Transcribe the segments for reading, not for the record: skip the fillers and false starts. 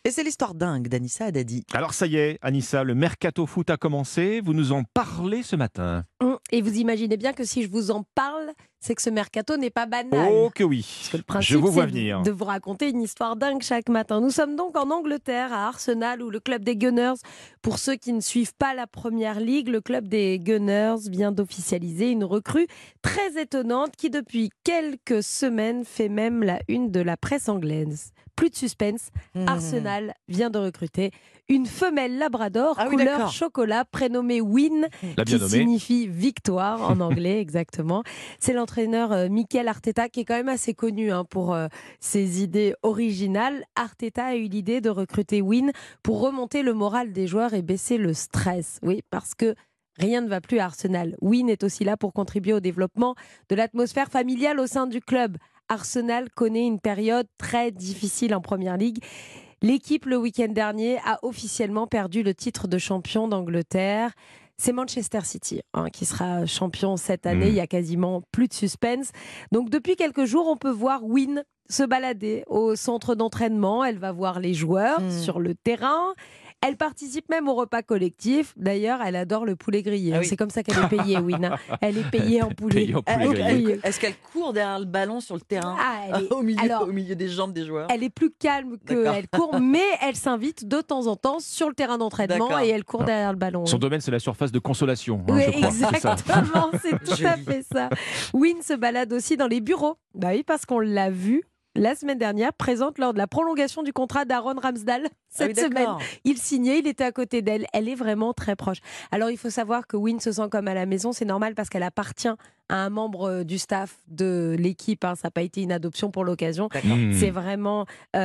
Et c'est l'histoire dingue d'Anissa Haddadi. Alors ça y est, Anissa, le mercato foot a commencé. Vous nous en parlez ce matin. Et vous imaginez bien que si je vous en parle, c'est que ce mercato n'est pas banal. Oh que oui, Parce que le principe, je vous vois c'est venir. de vous raconter une histoire dingue chaque matin. Nous sommes donc en Angleterre, à Arsenal, où le club des Gunners, pour ceux qui ne suivent pas la Première Ligue, le club des Gunners vient d'officialiser une recrue très étonnante qui, depuis quelques semaines, fait même la une de la presse anglaise. Plus de suspense, Arsenal vient de recruter une femelle labrador couleur chocolat prénommée Win, qui signifie victoire en anglais exactement. C'est l'entraîneur Mikel Arteta qui est quand même assez connu pour ses idées originales. Arteta a eu l'idée de recruter Win pour remonter le moral des joueurs et baisser le stress. Oui, parce que rien ne va plus à Arsenal. Win est aussi là pour contribuer au développement de l'atmosphère familiale au sein du club. Arsenal connaît une période très difficile en Première Ligue. L'équipe, le week-end dernier, a officiellement perdu le titre de champion d'Angleterre. C'est Manchester City qui sera champion cette année. Il y a quasiment plus de suspense. Donc depuis quelques jours, on peut voir Win se balader au centre d'entraînement. Elle va voir les joueurs sur le terrain. Elle participe même au repas collectif. D'ailleurs, elle adore le poulet grillé. Ah oui. C'est comme ça qu'elle est payée, Win. Elle est payée en poulet. Est-ce qu'elle court derrière le ballon sur le terrain au milieu des jambes des joueurs? Elle est plus calme qu'elle court, mais elle s'invite de temps en temps sur le terrain d'entraînement et elle court derrière le ballon. Son domaine, c'est la surface de consolation. Oui, je crois. exactement, c'est tout à fait ça. Win se balade aussi dans les bureaux. Bah oui, parce qu'on l'a vu la semaine dernière, présente lors de la prolongation du contrat d'Aaron Ramsdale. Cette semaine, il signait, il était à côté d'elle. Elle est vraiment très proche. Alors, il faut savoir que Win se sent comme à la maison. C'est normal parce qu'elle appartient à un membre du staff de l'équipe. Ça n'a pas été une adoption pour l'occasion. C'est vraiment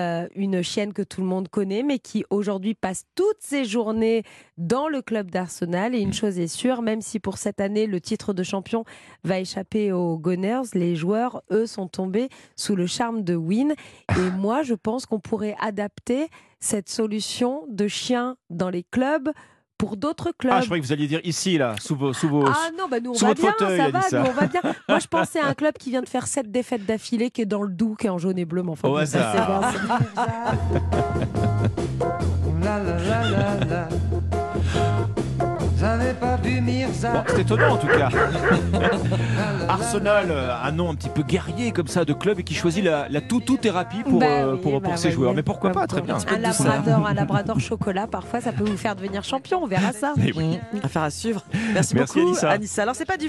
une chienne que tout le monde connaît, mais qui aujourd'hui passe toutes ses journées dans le club d'Arsenal. Et une chose est sûre, même si pour cette année, le titre de champion va échapper aux Gunners, les joueurs, eux, sont tombés sous le charme de Win. Et moi, je pense qu'on pourrait adapter cette solution de chien dans les clubs pour d'autres clubs. Ah, je croyais que vous alliez dire ici, là, sous vos Ah non, nous on va bien, fauteuil, ça va, nous on va bien. Moi, je pensais à un club qui vient de faire 7 défaites d'affilée, qui est dans le Doubs, qui est en jaune et bleu. Mais enfin, au hasard. Bon, c'est étonnant en tout cas. Arsenal, un nom un petit peu guerrier comme ça de club et qui choisit la toutou-thérapie pour ses joueurs. Mais pourquoi pas, très bien. Un labrador chocolat, parfois ça peut vous faire devenir champion, on verra ça. Affaire à suivre. Merci beaucoup, Anissa. Alors c'est pas du